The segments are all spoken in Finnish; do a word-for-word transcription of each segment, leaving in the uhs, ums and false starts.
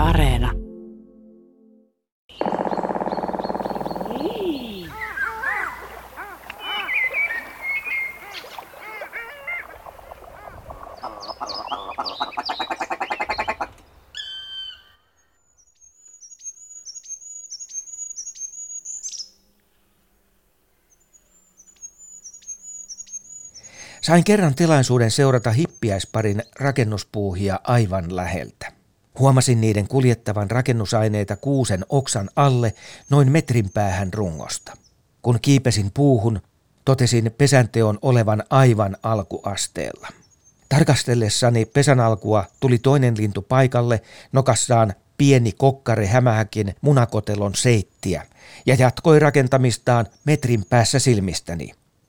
Areena. Sain kerran tilaisuuden seurata hippiäisparin rakennuspuuhia aivan läheltä. Huomasin niiden kuljettavan rakennusaineita kuusen oksan alle noin metrin päähän rungosta. Kun kiipesin puuhun, totesin pesänteon olevan aivan alkuasteella. Tarkastellessani pesän alkua tuli toinen lintu paikalle nokassaan pieni kokkare hämähäkin munakotelon seittiä ja jatkoi rakentamistaan metrin päässä silmistäni.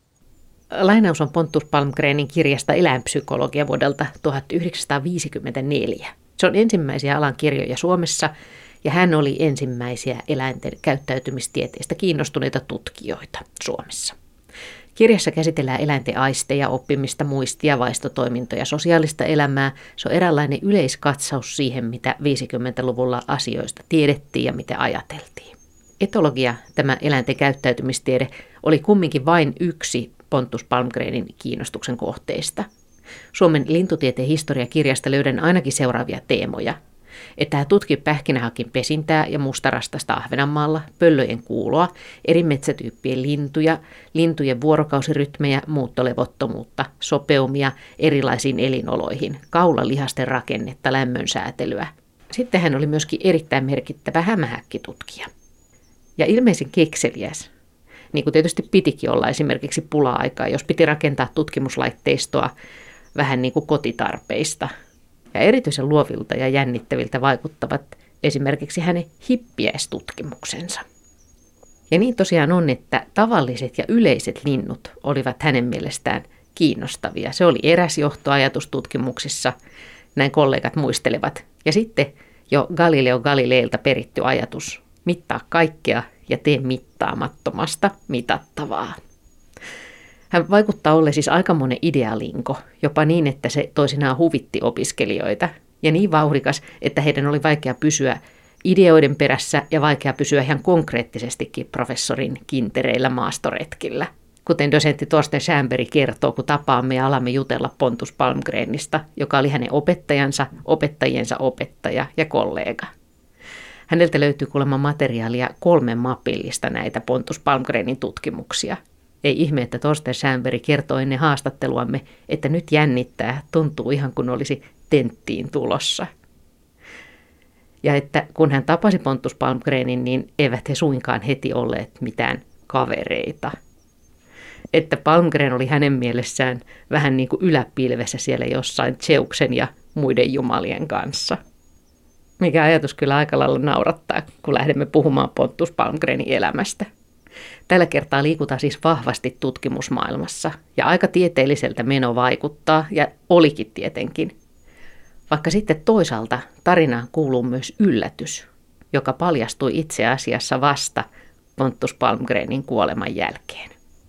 Lainaus on Pontus Palmgrenin kirjasta Eläinpsykologia vuodelta tuhatyhdeksänsataaviisikymmentäneljä. Se on ensimmäisiä alan kirjoja Suomessa ja hän oli ensimmäisiä eläinten käyttäytymistieteestä kiinnostuneita tutkijoita Suomessa. Kirjassa käsitellään eläinten aisteja, oppimista, muistia, vaistotoimintoja, sosiaalista elämää. Se on eräänlainen yleiskatsaus siihen, mitä viisikymmentäluvulla asioista tiedettiin ja mitä ajateltiin. Etologia, tämä eläinten käyttäytymistiede, oli kumminkin vain yksi Pontus Palmgrenin kiinnostuksen kohteista. Suomen lintutieteen historiakirjasta löydän ainakin seuraavia teemoja. Että hän tutki pähkinähakin pesintää ja mustarastasta Ahvenanmaalla, pöllöjen kuuloa, eri metsätyyppien lintuja, lintujen vuorokausirytmejä, muuttolevottomuutta, sopeumia erilaisiin elinoloihin, kaulalihasten rakennetta, lämmön säätelyä. Sitten hän oli myöskin erittäin merkittävä hämähäkkitutkija. Ja ilmeisen kekseliäs, niin kuin tietysti pitikin olla esimerkiksi pula-aikaa, jos piti rakentaa tutkimuslaitteistoa vähän niin kuin kotitarpeista. Ja erityisen luovilta ja jännittäviltä vaikuttavat esimerkiksi hänen hippiäistutkimuksensa. Ja niin tosiaan on, että tavalliset ja yleiset linnut olivat hänen mielestään kiinnostavia. Se oli eräs johtoajatus tutkimuksissa, näin kollegat muistelevat. Ja sitten jo Galileo Galileilta peritty ajatus, mittaa kaikkea ja tee mittaamattomasta mitattavaa. Hän vaikuttaa olleen siis aikamoinen idealinko, jopa niin, että se toisinaan huvitti opiskelijoita. Ja niin vauhdikas, että heidän oli vaikea pysyä ideoiden perässä ja vaikea pysyä ihan konkreettisestikin professorin kintereillä maastoretkillä. Kuten dosentti Torsten Schänberg kertoo, kun tapaamme ja alamme jutella Pontus Palmgrenista, joka oli hänen opettajansa, opettajiensa opettaja ja kollega. Häneltä löytyy kuulemma materiaalia kolmen mapillista näitä Pontus Palmgrenin tutkimuksia. Ei ihme, että Torsten Schänberg kertoi ennen haastatteluamme, että nyt jännittää, tuntuu ihan kuin olisi tenttiin tulossa. Ja että kun hän tapasi Pontus Palmgrenin, niin eivät he suinkaan heti olleet mitään kavereita. Että Palmgren oli hänen mielessään vähän niin kuin yläpilvessä siellä jossain Zeuksen ja muiden jumalien kanssa. Mikä ajatus kyllä aika lailla naurattaa, kun lähdemme puhumaan Pontus Palmgrenin elämästä. Tällä kertaa liikutaan siis vahvasti tutkimusmaailmassa ja aika tieteelliseltä meno vaikuttaa ja olikin tietenkin. Vaikka sitten toisaalta tarinaan kuuluu myös yllätys, joka paljastui itse asiassa vasta Pontus Palmgrenin kuoleman jälkeen.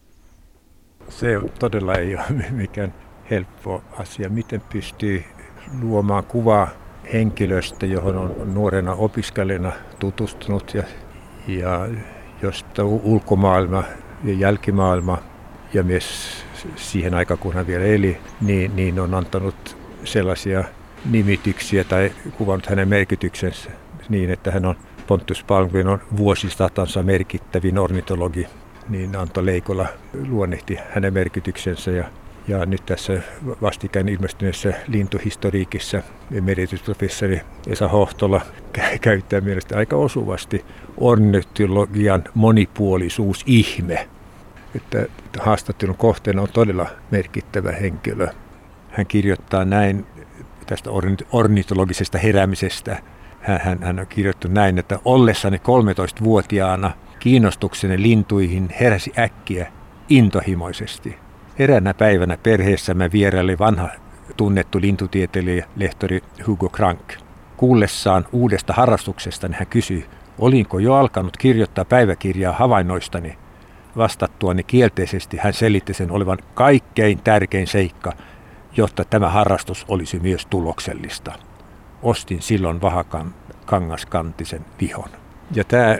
Se todella ei ole mikään helppo asia. Miten pystyy luomaan kuvaa henkilöstä, johon on nuorena opiskelijana tutustunut ja, ja josta ulkomaailma ja jälkimaailma ja myös siihen aikaan, kun hän vielä eli, niin, niin on antanut sellaisia nimityksiä tai kuvannut hänen merkityksensä niin, että hän on Pontus Palmgren on vuosisatansa merkittävin ornitologi, niin Anto Leikola luonnehti hänen merkityksensä ja Ja nyt tässä vastikään ilmestyneessä lintuhistoriikissa emeritusprofessori Esa Hohtola käyttää mielestäni aika osuvasti ornitologian monipuolisuus ihme. Että haastattelun kohteena on todella merkittävä henkilö. Hän kirjoittaa näin tästä ornitologisesta heräämisestä. Hän, hän, hän on kirjoittanut näin, että ollessani kolmetoistavuotiaana kiinnostukseni lintuihin heräsi äkkiä intohimoisesti. Eräänä päivänä perheessämme vieraili vanha tunnettu lintutieteilijä lehtori Hugo Crank. Kuullessaan uudesta harrastuksestani hän kysyi, olinko jo alkanut kirjoittaa päiväkirjaa havainnoistani. Vastattuani kielteisesti hän selitti sen olevan kaikkein tärkein seikka, jotta tämä harrastus olisi myös tuloksellista. Ostin silloin vahakan kangaskantisen vihon. Ja tämä,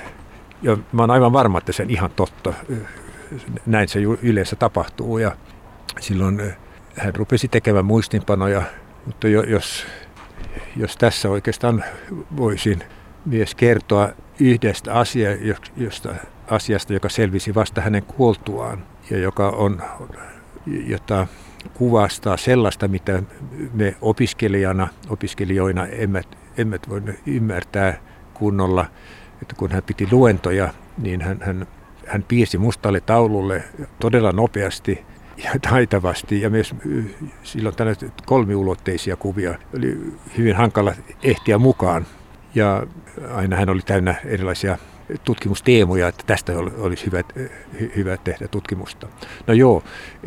ja mä oon aivan varma, että se on ihan totta. Näin se yleensä tapahtuu. Ja silloin hän rupesi tekemään muistinpanoja, mutta jos, jos tässä oikeastaan voisin myös kertoa yhdestä asia, josta, asiasta, joka selvisi vasta hänen kuoltuaan ja joka on, jota kuvastaa sellaista, mitä me opiskelijana, opiskelijoina emme, emme voi ymmärtää kunnolla, että kun hän piti luentoja, niin hän, hän, hän piirsi mustalle taululle todella nopeasti ja taitavasti, ja myös silloin tällaisia kolmiulotteisia kuvia oli hyvin hankala ehtiä mukaan. Ja aina hän oli täynnä erilaisia tutkimusteemoja, että tästä olisi hyvä, hyvä tehdä tutkimusta. No joo,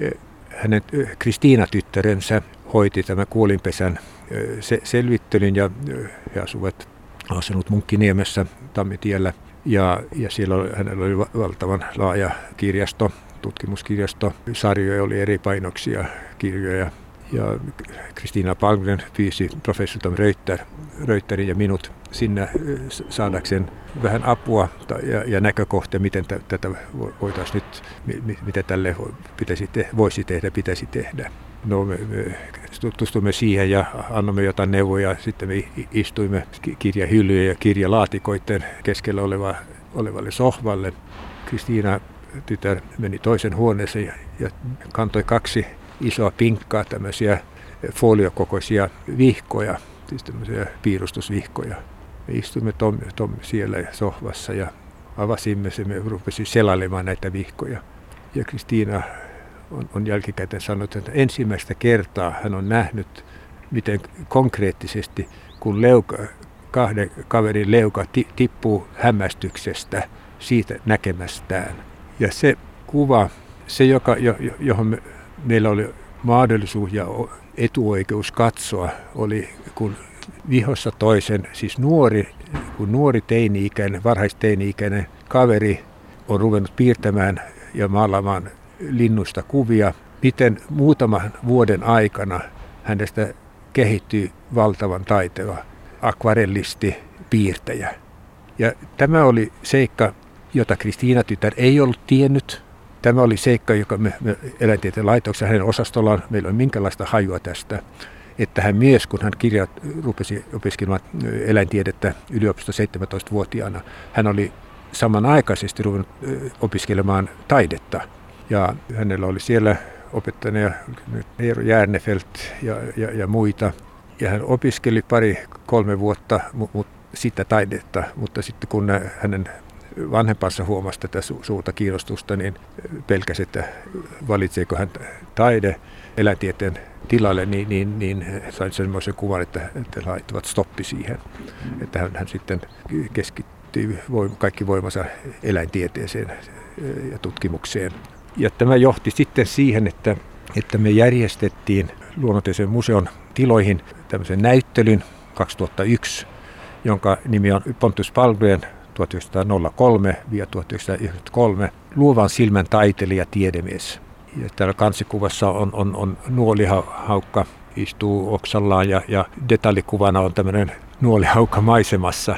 hänen Kristiina-tyttärensä hoiti tämän kuolinpesän selvittelyn, ja he asuvat asunut Munkkiniemessä Tammitiellä, ja, ja siellä oli, hänellä oli valtavan laaja kirjasto, tutkimuskirjasto, sarjoja oli eri painoksia kirjoja, ja Kristiina Palmgren pyysi professori Tom Reuter, Reuterin ja minut sinne saadakseen vähän apua ja, ja näkökohtia, miten t- tätä voitaisiin nyt, m- mitä tälle pitäisi te- voisi tehdä, pitäisi tehdä. No, me, me tutustuimme siihen ja annoimme jotain neuvoja, sitten me istuimme kirjahyllyjen ja kirjalaatikoiden keskellä oleva, olevalle sohvalle. Kristiina tytär meni toisen huoneeseen ja, ja kantoi kaksi isoa pinkkaa, tämmöisiä foliokokoisia vihkoja, siis tämmöisiä piirustusvihkoja. Me istuimme Tom, Tom siellä sohvassa ja avasimme se, me rupesimme selailemaan näitä vihkoja. Ja Kristiina on, on jälkikäteen sanonut, että ensimmäistä kertaa hän on nähnyt, miten konkreettisesti, kun leuka, kahden kaverin leuka tippuu hämmästyksestä siitä näkemästään. Ja se kuva, se joka, johon me, meillä oli mahdollisuus ja etuoikeus katsoa, oli kun vihossa toisen, siis nuori, kun nuori teini-ikäinen, varhaisteini-ikäinen kaveri on ruvennut piirtämään ja maalaamaan linnusta kuvia, miten muutaman vuoden aikana hänestä kehittyy valtavan taiteva akvarellisti, piirtäjä. Ja tämä oli seikka, jota Kristiina tytär ei ollut tiennyt. Tämä oli seikka, joka me, me eläintieteen laitoksessa hänen osastollaan, meillä on minkälaista hajua tästä, että hän myös, kun hän kirja, rupesi opiskelemaan eläintiedettä yliopistossa seitsemäntoistavuotiaana, hän oli samanaikaisesti ruvennut opiskelemaan taidetta. Ja hänellä oli siellä opettajana Eero Järnefelt ja, ja, ja muita. Ja hän opiskeli pari, kolme vuotta mu, mu, sitä taidetta, mutta sitten kun hänen vanhempansa huomasi tätä su- suurta kiinnostusta, niin pelkäsi, että valitseeko hän taide eläintieteen tilalle, niin, niin, niin sain semmoisen kuvan, että, että laittavat stoppi siihen. Että hän, hän sitten keskittyi voim- kaikki voimansa eläintieteeseen ja tutkimukseen. Ja tämä johti sitten siihen, että, että me järjestettiin Luonnontieteen museon tiloihin tämmöisen näyttelyn kaksituhattayksi, jonka nimi on Pontus Palmgren tuhatyhdeksänsataakolme tuhatyhdeksänsataayhdeksänkymmentäkolme, luovan silmän taiteilija tiedemies. Ja täällä kansikuvassa on, on, on nuolihaukka, istuu oksallaan ja, ja detallikuvana on tämmöinen nuolihaukka maisemassa.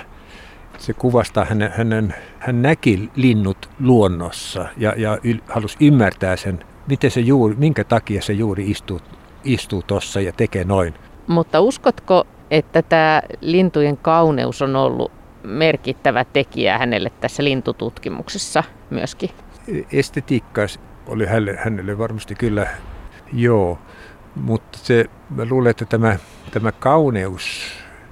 Se kuvastaa hänen, hänen hän näki linnut luonnossa ja, ja yl, halusi ymmärtää sen, miten se juuri, minkä takia se juuri istuu istuu tuossa ja tekee noin. Mutta uskotko, että tämä lintujen kauneus on ollut merkittävä tekijä hänelle tässä lintututkimuksessa myöskin? Estetiikka oli hänelle, hänelle varmasti kyllä joo, mutta se, mä luulen, että tämä, tämä kauneus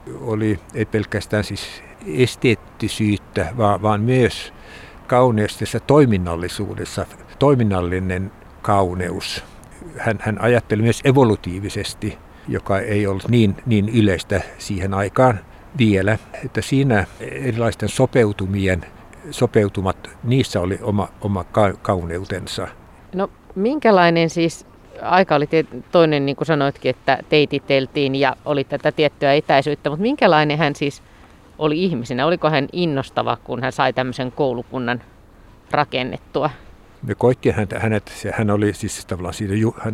oli ei pelkästään siis esteettisyyttä, vaan, vaan myös kauneus tässä toiminnallisuudessa, toiminnallinen kauneus. Hän, hän ajatteli myös evolutiivisesti, joka ei ollut niin, niin yleistä siihen aikaan vielä, että siinä erilaisten sopeutumien, sopeutumat, niissä oli oma, oma kauneutensa. No minkälainen siis, aika oli toinen, niin kuin sanoitkin, että teititeltiin ja oli tätä tiettyä etäisyyttä, mutta minkälainen hän siis oli ihmisenä? Oliko hän innostava, kun hän sai tämmöisen koulukunnan rakennettua? Me koittiin häntä, hänet, hän oli siis tavallaan siitä, hän,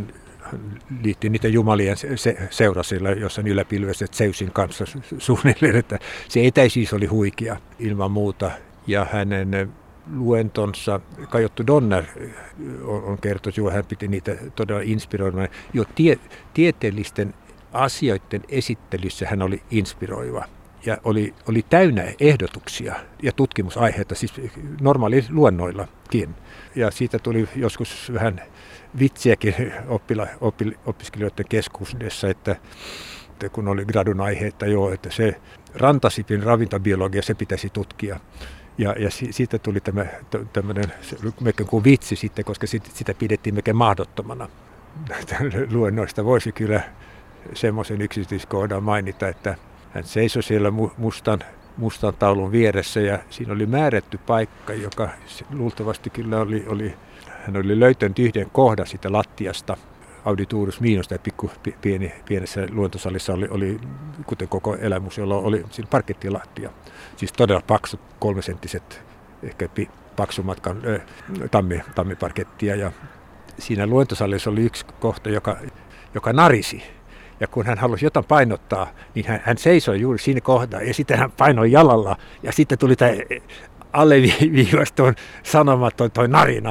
liitti niitä jumalien se, seurasilla, jossa niillä pilveset Zeusin kanssa suunnilleen, että se etäisyys oli huikea ilman muuta. Ja hänen luentonsa, Kajottu Donner on, on kertonut, että hän piti niitä todella inspiroivana. Jo tie, tieteellisten asioiden esittelyssä hän oli inspiroiva ja oli, oli täynnä ehdotuksia ja tutkimusaiheita, siis normaali luennoillakin. Ja siitä tuli joskus vähän vitsiäkin oppila, oppi, opiskelijoiden keskuudessa, että, että kun oli gradun aiheita jo, että se rantasipin ravintobiologia, se pitäisi tutkia. Ja, ja siitä tuli tämä tämmöinen melkein kuin vitsi sitten, koska sitä pidettiin melkein mahdottomana. Luennoista voisi kyllä semmoisen yksityiskohdan mainita, että hän seisoi siellä mustan, mustan taulun vieressä ja siinä oli määrätty paikka, joka luultavasti kyllä oli, oli hän oli löytänyt yhden kohdan siitä lattiasta. Auditurus Miinos, tämä pikku pieni, pienessä luentosalissa oli, oli, kuten koko eläinmuseolla, oli siinä parkettilattia. Siis todella paksut, kolmesenttiset, ehkä paksumatkan äh, tammi, tammiparkettia. Ja siinä luentosalissa oli yksi kohta, joka, joka narisi. Ja kun hän halusi jotain painottaa, niin hän, hän seisoi juuri siinä kohdassa ja sitten hän painoi jalalla. Ja sitten tuli tämä alleviivastoon sanomaton toi narina.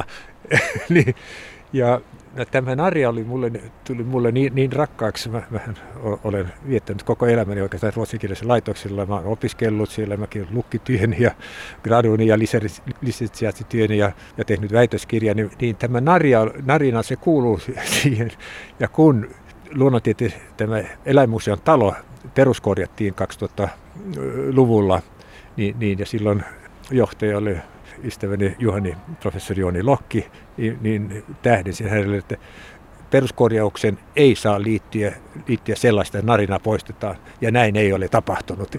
Ja no, tämä narja oli mulle, tuli mulle niin, niin rakkaaksi. Mä, mä olen viettänyt koko elämäni oikeastaan ruotsinkielisellä laitoksella. Mä olen opiskellut siellä, mäkin lukkityöni ja graduni ja lisensiaattityöni ja, ja tehnyt väitöskirjan. Niin, niin tämä narja, narina, se kuuluu siihen. Ja kun luonnontieteen tämä eläinmuseon talo peruskorjattiin kaksituhattaluvulla, niin, niin ja silloin johtaja oli ystäväni Juhani, professori Jooni Lokki, niin, niin tähdensin hänelle, että peruskorjauksen ei saa liittyä, liittyä sellaista, että narina poistetaan, ja näin ei ole tapahtunut.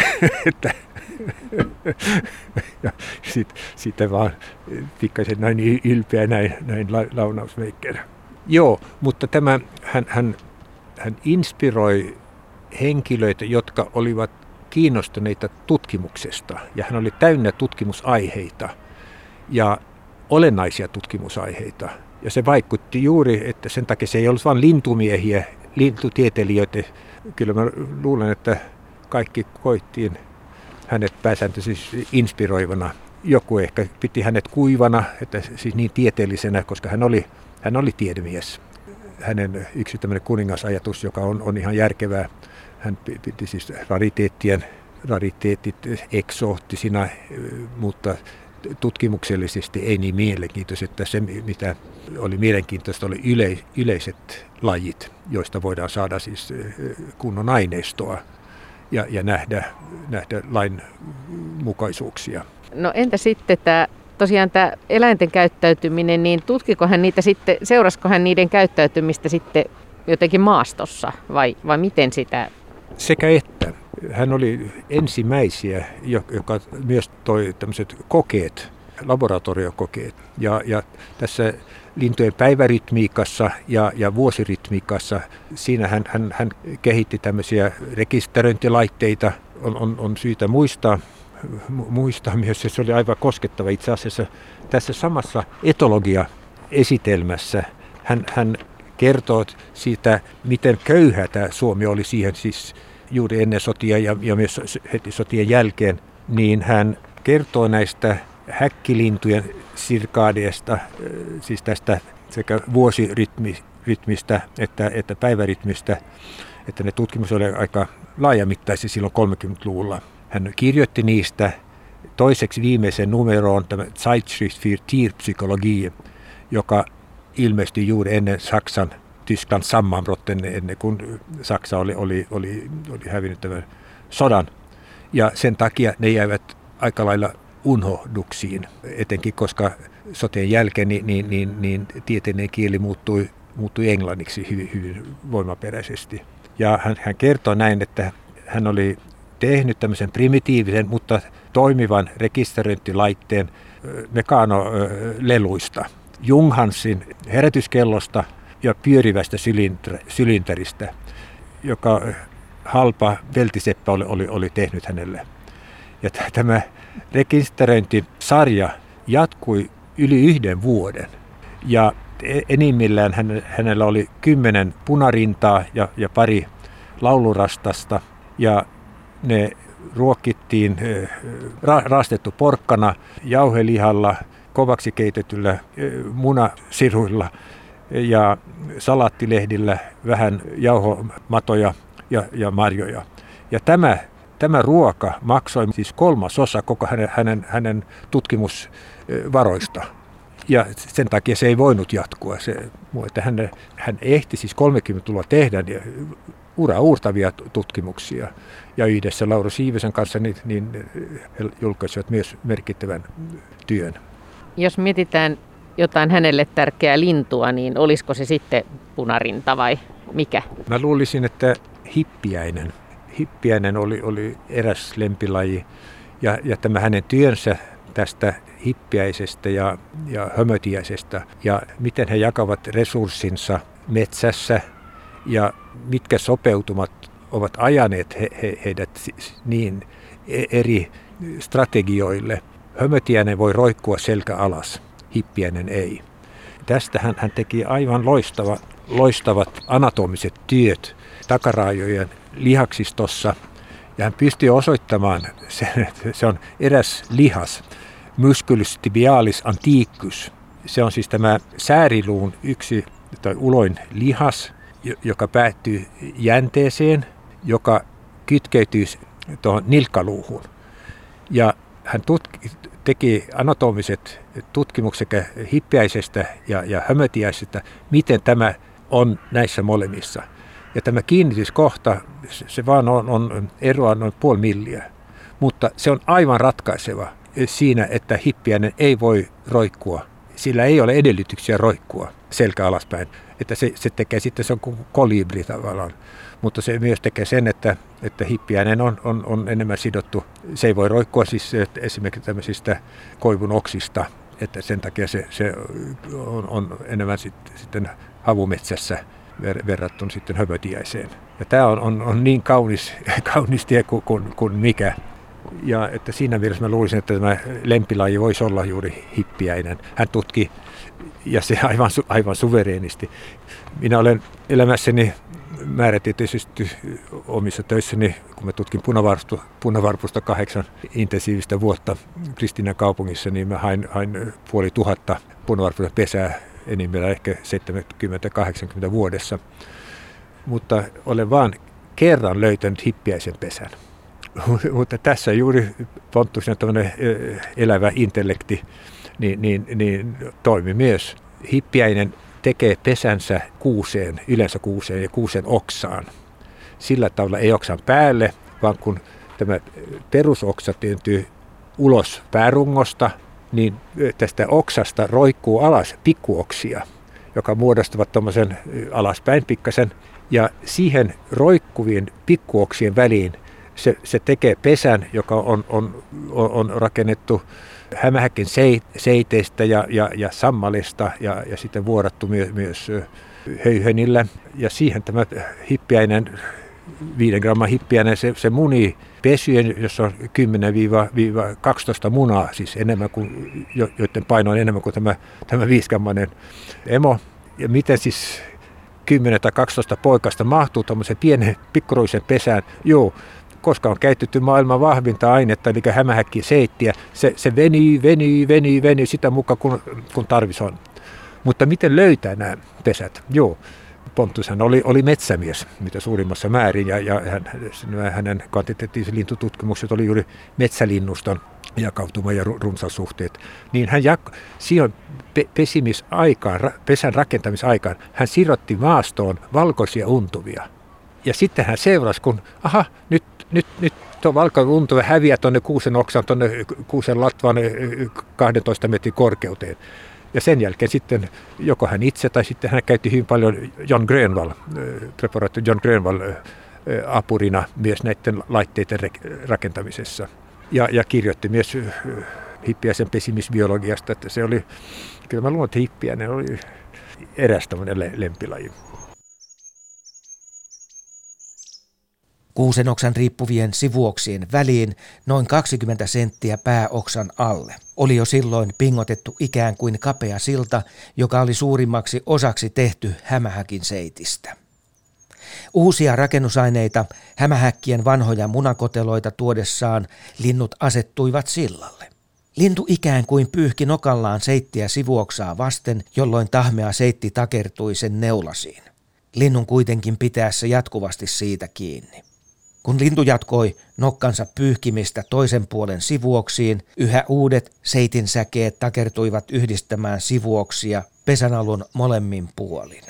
Ja sitten sit vaan pikkaisen näin ylpeä näin, näin launausmeikkeenä. Joo, mutta tämä, hän, hän, hän inspiroi henkilöitä, jotka olivat kiinnostuneita tutkimuksesta, ja hän oli täynnä tutkimusaiheita ja olennaisia tutkimusaiheita. Ja se vaikutti juuri, että sen takia se ei ollut vain lintumiehiä, lintutieteilijöitä. Kyllä mä luulen, että kaikki koittiin hänet pääsääntöisesti inspiroivana. Joku ehkä piti hänet kuivana, että siis niin tieteellisenä, koska hän oli, hän oli tiedemies. Hänen yksi tämmöinen kuningasajatus, joka on, on ihan järkevää. Hän piti siis rariteettien, rariteetit eksoottisina, mutta tutkimuksellisesti ei niin mielenkiintoista, että se mitä oli mielenkiintoista oli yle, yleiset lajit, joista voidaan saada siis kunnon aineistoa ja, ja nähdä, nähdä lainmukaisuuksia. No entä sitten tämä, tosiaan tämä eläinten käyttäytyminen, niin tutkiko hän niitä sitten, seurasiko hän niiden käyttäytymistä sitten jotenkin maastossa vai, vai miten sitä? Sekä että. Hän oli ensimmäisiä, joka myös toi tämmöiset kokeet, laboratoriokokeet. Ja, ja tässä lintujen päivärytmiikassa ja, ja vuosirytmiikassa, siinä hän, hän, hän kehitti tämmöisiä rekisteröintilaitteita. On, on, on syytä muistaa, muistaa myös, että se oli aivan koskettava itse asiassa. Tässä samassa etologia-esitelmässä hän, hän kertoo siitä, miten köyhä tämä Suomi oli siihen siis juuri ennen sotia ja, ja myös heti sotien jälkeen, niin hän kertoo näistä häkkilintujen sirkaadiasta, siis tästä sekä vuosirytmistä että, että päivärytmistä, että ne tutkimus oli aika laajamittaisia silloin kolmekymmentäluvulla. Hän kirjoitti niistä toiseksi viimeisen numeroon tämä Zeitschrift für Tierpsychologie, joka ilmestyi juuri ennen Saksan Tyskland Sammanbrotten, ennen kuin Saksa oli, oli, oli, oli hävinnyt tämän sodan. Ja sen takia ne jäivät aika lailla unhohduksiin, etenkin koska sotien jälkeen niin, niin, niin, niin tieteellinen kieli muuttui, muuttui englanniksi hyvin, hyvin voimaperäisesti. Ja hän, hän kertoo näin, että hän oli tehnyt tämmöisen primitiivisen, mutta toimivan rekisteröintilaitteen mekaanoleluista, Junghansin herätyskellosta ja pyörivästä sylinteristä, joka halpa veltiseppä oli, oli, oli tehnyt hänelle. Ja tämä rekisteröintisarja jatkui yli yhden vuoden. Ja enimmillään hänellä oli kymmenen punarintaa ja, ja pari laulurastasta, ja ne ruokittiin ra, raastettu porkkana, jauhelihalla, kovaksi keitetyllä munasiruilla ja salaattilehdillä, vähän jauhomatoja ja, ja marjoja. Ja tämä, tämä ruoka maksoi siis kolmasosa koko hänen, hänen, hänen tutkimusvaroista. Ja sen takia se ei voinut jatkua. Se, että hän, hän ehti siis kolmekymmentäluvulla tehdä ura uurtavia tutkimuksia. Ja yhdessä Laura Siivisen kanssa niin, niin he julkaisivat myös merkittävän työn. Jos mietitään jotain hänelle tärkeää lintua, niin olisiko se sitten punarinta vai mikä? Mä luulisin, että hippiäinen. Hippiäinen oli, oli eräs lempilaji, ja, ja tämä hänen työnsä tästä hippiäisestä ja, ja hömötiäisestä ja miten he jakavat resurssinsa metsässä ja mitkä sopeutumat ovat ajaneet he, he, heidät niin eri strategioille. Hömötiäinen voi roikkua selkä alas, hippiäinen ei. Tästä hän, hän teki aivan loistava, loistavat anatomiset työt takaraajojen lihaksistossa, ja hän pystyi osoittamaan, sen, että se on eräs lihas, musculus tibialis antiquus. Se on siis tämä sääriluun yksi tai uloin lihas, joka päättyy jänteeseen, joka kytkeytyy tuohon nilkkaluuhun. Ja hän tutki, teki anatomiset tutkimukset sekä hippiäisestä ja, ja hömötiäisestä, miten tämä on näissä molemmissa. Ja tämä kiinnityskohta, se vaan on, on eroa noin puoli milliä, mutta se on aivan ratkaiseva siinä, että hippiäinen ei voi roikkua. Sillä ei ole edellytyksiä roikkua selkä alaspäin. Että se, se tekee sitten, se on kuin kolibri tavallaan. Mutta se myös tekee sen, että, että hippiäinen on, on, on enemmän sidottu. Se ei voi roikkua siis esimerkiksi tämmöisistä koivun oksista, että sen takia se, se on, on enemmän sit, sitten havumetsässä ver, verrattuna sitten hömötiäiseen. Ja tämä on, on, on niin kaunis, kaunis tie kuin, kuin, kuin mikä. Ja että siinä mielessä mä luulisin, että tämä lempilaji voisi olla juuri hippiäinen. Hän tutki, ja se aivan, aivan suvereenisti. Minä olen elämässäni määrätietoisesti omissa töissäni, kun mä tutkin punavarpusta, punavarpusta kahdeksan intensiivistä vuotta Kristiinan kaupungissa, niin mä hain, hain puoli tuhatta punavarpusta pesää, enimmillään ehkä seitsemänkymmentä kahdeksankymmentä vuodessa. Mutta olen vaan kerran löytänyt hippiäisen pesän. Mutta tässä juuri Pontuksen tämmöinen elävä intellekti niin, niin, niin toimi myös. Hippiäinen tekee pesänsä kuuseen, yleensä kuuseen ja kuusen oksaan. Sillä tavalla ei oksan päälle, vaan kun tämä perusoksa työntyy ulos päärungosta, niin tästä oksasta roikkuu alas pikkuoksia, joka muodostavat tuommoisen alaspäin pikkasen. Ja siihen roikkuvien pikkuoksien väliin se, se tekee pesän, joka on, on, on rakennettu hämähäkin seiteistä ja, ja, ja sammalista ja, ja sitten vuorattu myös, myös höyhenillä. Ja siihen tämä hippiäinen, viiden gramman hippiäinen, se, se munii pesyjen, jossa on kymmenen kaksitoista munaa, siis enemmän kuin, joiden paino on enemmän kuin tämä, tämä viisigrammainen emo. Ja miten siis kymmenen tai kaksitoista poikasta mahtuu tämmöisen pienen pikkuruisen pesään? Joo, koska on käytetty maailman vahvinta ainetta, eli hämähäkkiä seittiä, se, se venyy, venyy, venyy, venyy sitä mukaan, kun, kun tarvis on. Mutta miten löytää nämä pesät? Joo, Pontushan oli, oli metsämies, mitä suurimmassa määrin, ja, ja hän, hänen kvantitatiiviset lintututkimukset oli juuri metsälinnuston jakautuma ja runsaussuhteet. Niin hän jak- siihen pe- pesimisaikaan, ra- pesän rakentamisaikaan, hän sirotti maastoon valkoisia untuvia. Ja sitten hän seurasi, kun aha, nyt, nyt, nyt tuo valkoinen untuva häviää tuonne kuusen oksaan, tuonne kuusen latvan kahdentoista metrin korkeuteen. Ja sen jälkeen sitten joko hän itse tai sitten hän käytti hyvin paljon John Grönvall, preparaattori John Grönvall apurina myös näiden laitteiden rakentamisessa. Ja, ja kirjoitti myös hippiäisen pesimisbiologiasta, että se oli, kyllä mä luulen, että hippiäinen oli eräs tämmöinen lempilaji. Kuusen oksan riippuvien sivuoksien väliin noin kaksikymmentä senttiä pääoksan alle. Oli jo silloin pingotettu ikään kuin kapea silta, joka oli suurimmaksi osaksi tehty hämähäkin seitistä. Uusia rakennusaineita, hämähäkkien vanhoja munakoteloita tuodessaan linnut asettuivat sillalle. Lintu ikään kuin pyyhki nokallaan seittiä sivuoksaa vasten, jolloin tahmea seitti takertui sen neulasiin. Linnun kuitenkin pitäessä jatkuvasti siitä kiinni. Kun lintu jatkoi nokkansa pyyhkimistä toisen puolen sivuoksiin, yhä uudet seitin säkeet takertuivat yhdistämään sivuoksia pesänalun molemmin puolin.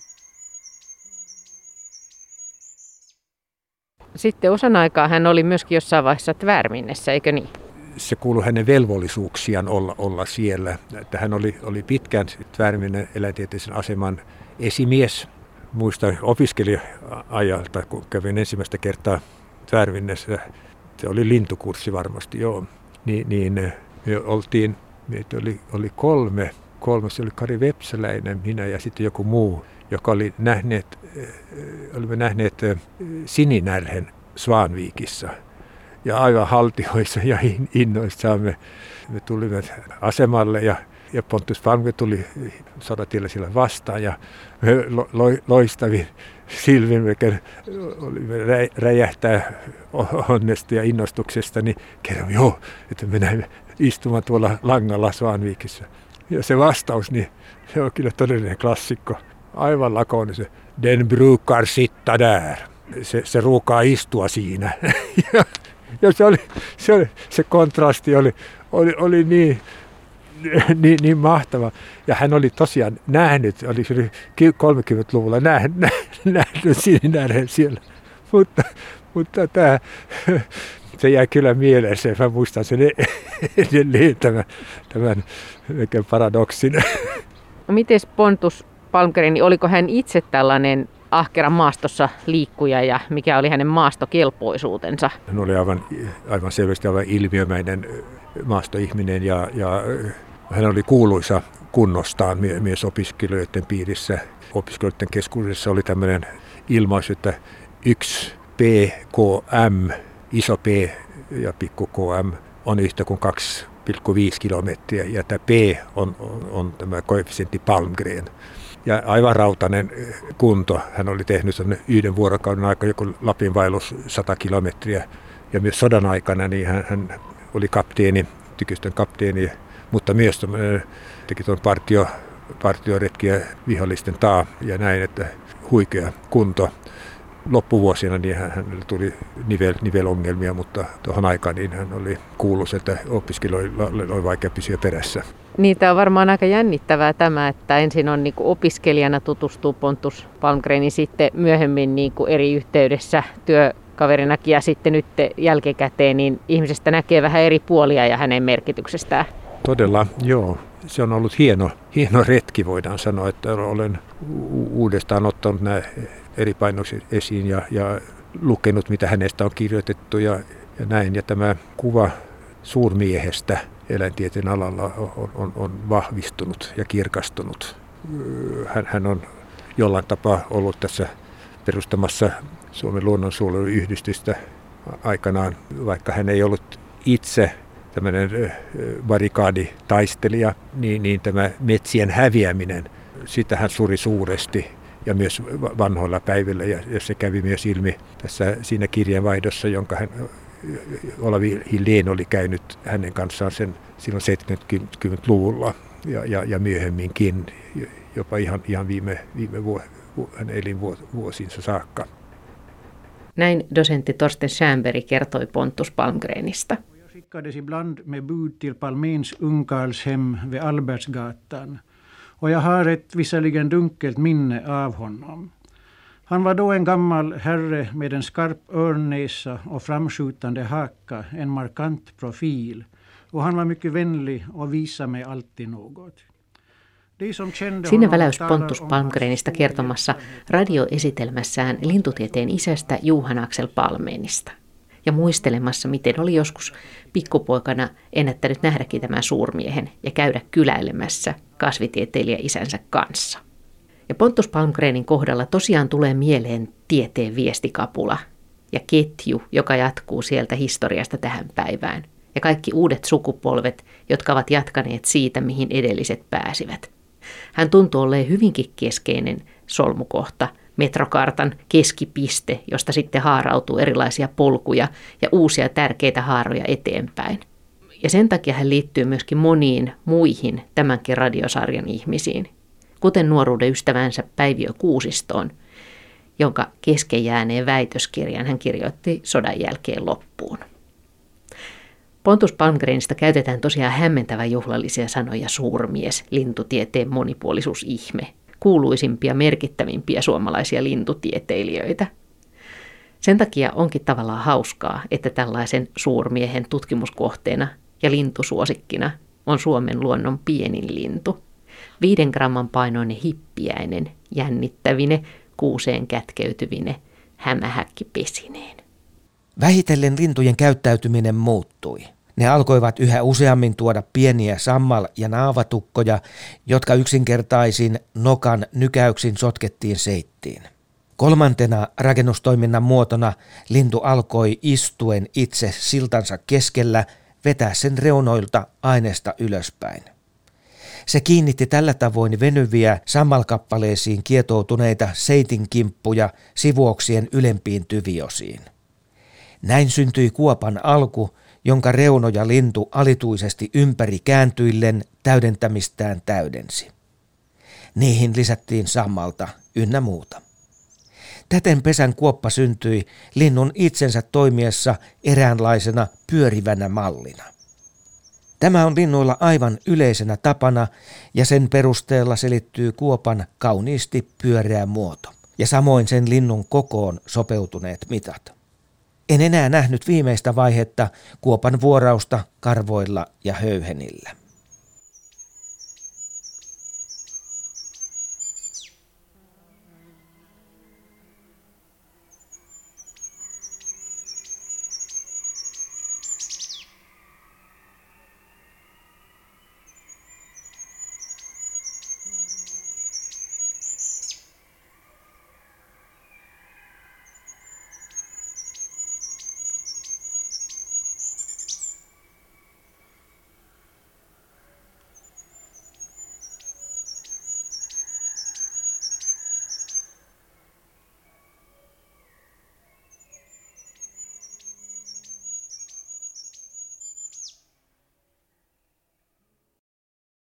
Sitten osan aikaa hän oli myöskin jossain vaiheessa Tvärminnessä, eikö niin? Se kuului hänen velvollisuuksiaan olla, olla siellä. Että hän oli, oli pitkään Tvärminnen eläintieteellisen aseman esimies. Muistan opiskelija-ajalta, kun kävin ensimmäistä kertaa Tvärminnessä, se oli lintukurssi varmasti, joo. Ni, niin me oltiin, meitä oli, oli kolme, kolme, se oli Kari Vepsäläinen, minä ja sitten joku muu, joka oli nähneet, olimme nähneet sininärhen Svanvikissa. Ja aivan haltioissa ja innoissaan me, me tulimme asemalle ja, ja Pontus Palmgren tuli sodatiellä sillä vastaan ja me lo, lo, loistavin silmin me olimme rä, räjähtää onnesta ja innostuksesta, niin kerromme joo, että me näimme istumaan tuolla langalla Svanvikissa. Ja se vastaus, niin se on kyllä todellinen klassikko. Aivan lakoninen. Den brukar sitta där. Se, se ruukaa istua siinä. ja, ja se, oli, se, oli, se kontrasti oli, oli, oli niin, niin, niin mahtava. Ja hän oli tosiaan nähnyt, oli kolmekymmentäluvulla nähnyt, nähnyt sininärhen siellä. Mutta, mutta tämä, se jäi kyllä mieleen. Mä muistan sen edelleen tämän, tämän paradoksin. No mites Pontus Palmgren, oliko hän itse tällainen ahkera maastossa liikkuja ja mikä oli hänen maastokelpoisuutensa? Hän oli aivan, aivan selvästi aivan ilmiömäinen maastoihminen ja, ja hän oli kuuluisa kunnostaan myös opiskelijoiden piirissä. Opiskelijoiden keskuudessa oli tämmöinen ilmaisu, että yksi P K M, iso P ja pikku K M on yhtä kuin kaksi pilkku viisi kilometriä ja tämä P on, on, on tämä koefisentti Palmgren. Ja aivan rautainen kunto. Hän oli tehnyt yhden vuorokauden aikana joku Lapin vaellus sata kilometriä. Ja myös sodan aikana niin hän, hän oli kapteeni, tykistön kapteeni, mutta myös teki tuon partio, partioretkiä vihollisten taa ja näin, että huikea kunto. Loppuvuosina niin hänelle tuli nivel, nivelongelmia, mutta tuohon aikaan niin hän oli kuuluisa, että opiskelijoilla oli vaikea pysyä perässä. Niin, tämä on varmaan aika jännittävää tämä, että ensin on niin kuin opiskelijana tutustuu Pontus Palmgrenin, sitten myöhemmin niin kuin eri yhteydessä työkaverinakin ja sitten nyt jälkikäteen, niin ihmisestä näkee vähän eri puolia ja hänen merkityksestään. Todella, joo. Se on ollut hieno, hieno retki, voidaan sanoa, että olen uudestaan ottanut nämä eri painokset esiin ja, ja lukenut, mitä hänestä on kirjoitettu ja, ja näin. Ja tämä kuva suurmiehestä eläintieteen alalla on, on, on vahvistunut ja kirkastunut. Hän, hän on jollain tapaa ollut tässä perustamassa Suomen luonnonsuojeluyhdistystä aikanaan, vaikka hän ei ollut itse tämmöinen barrikaaditaistelija, niin, niin tämä metsien häviäminen, sitä hän suri suuresti ja myös vanhoilla päivillä, ja, ja se kävi myös ilmi tässä siinä kirjeenvaihdossa, jonka hän, Olavi Hillén oli käynyt hänen kanssaan sen silloin seitsemänkymmentäluvulla ja, ja, ja myöhemminkin, jopa ihan, ihan viime, viime vuo, hänen elinvuosinsa saakka. Näin dosentti Torsten Stjernberg kertoi Pontus Palmgrenista. Jag skickades ibland med bud till Palméns ungkarlshem vid Albertsgatan. Och jag har ett visserligen dunkelt minne av honom. Han var då en gammal herre med en skarp örnnäsa och framskjutande haka, en markant profil. Och han var mycket vänlig och visade mig alltid något. Siinä väläys Pontus Palmgrenista kertomassa radioesitelmässään lintutieteen isästä Johan Axel Palménista. Ja muistelemassa, miten oli joskus pikkupoikana ennättänyt nähdäkin tämän suurmiehen ja käydä kyläilemässä kasvitieteilijä isänsä kanssa. Ja Pontus Palmgrenin kohdalla tosiaan tulee mieleen tieteen viestikapula. ja ketju, joka jatkuu sieltä historiasta tähän päivään. Ja kaikki uudet sukupolvet, jotka ovat jatkaneet siitä, mihin edelliset pääsivät. Hän tuntuu olleen hyvinkin keskeinen solmukohta, metrokartan keskipiste, josta sitten haarautuu erilaisia polkuja ja uusia tärkeitä haaroja eteenpäin. Ja sen takia hän liittyy myöskin moniin muihin tämänkin radiosarjan ihmisiin, kuten nuoruuden ystävänsä Päiviö Kuusistoon, jonka kesken jääneen väitöskirjan hän kirjoitti sodan jälkeen loppuun. Pontus Palmgrenista käytetään tosiaan hämmentävän juhlallisia sanoja suurmies, lintutieteen monipuolisuusihme, kuuluisimpia merkittävimpiä suomalaisia lintutieteilijöitä. Sen takia onkin tavallaan hauskaa, että tällaisen suurmiehen tutkimuskohteena ja lintusuosikkina on Suomen luonnon pienin lintu. Viiden gramman painoinen hippiäinen, jännittävine, kuuseen kätkeytyvine, hämähäkkipesineen. Vähitellen lintujen käyttäytyminen muuttui. Ne alkoivat yhä useammin tuoda pieniä sammal- ja naavatukkoja, jotka yksinkertaisin nokan nykäyksin sotkettiin seittiin. Kolmantena rakennustoiminnan muotona lintu alkoi istuen itse siltansa keskellä vetää sen reunoilta aineesta ylöspäin. Se kiinnitti tällä tavoin venyviä sammalkappaleisiin kietoutuneita seitinkimppuja sivuoksien ylempiin tyviosiin. Näin syntyi kuopan alku, jonka reunoja lintu alituisesti ympäri kääntyillen täydentämistään täydensi. Niihin lisättiin sammalta ynnä muuta. Täten pesän kuoppa syntyi linnun itsensä toimiessa eräänlaisena pyörivänä mallina. Tämä on linnuilla aivan yleisenä tapana ja sen perusteella selittyy kuopan kauniisti pyöreä muoto ja samoin sen linnun kokoon sopeutuneet mitat. En enää nähnyt viimeistä vaihetta kuopan vuorausta karvoilla ja höyhenillä.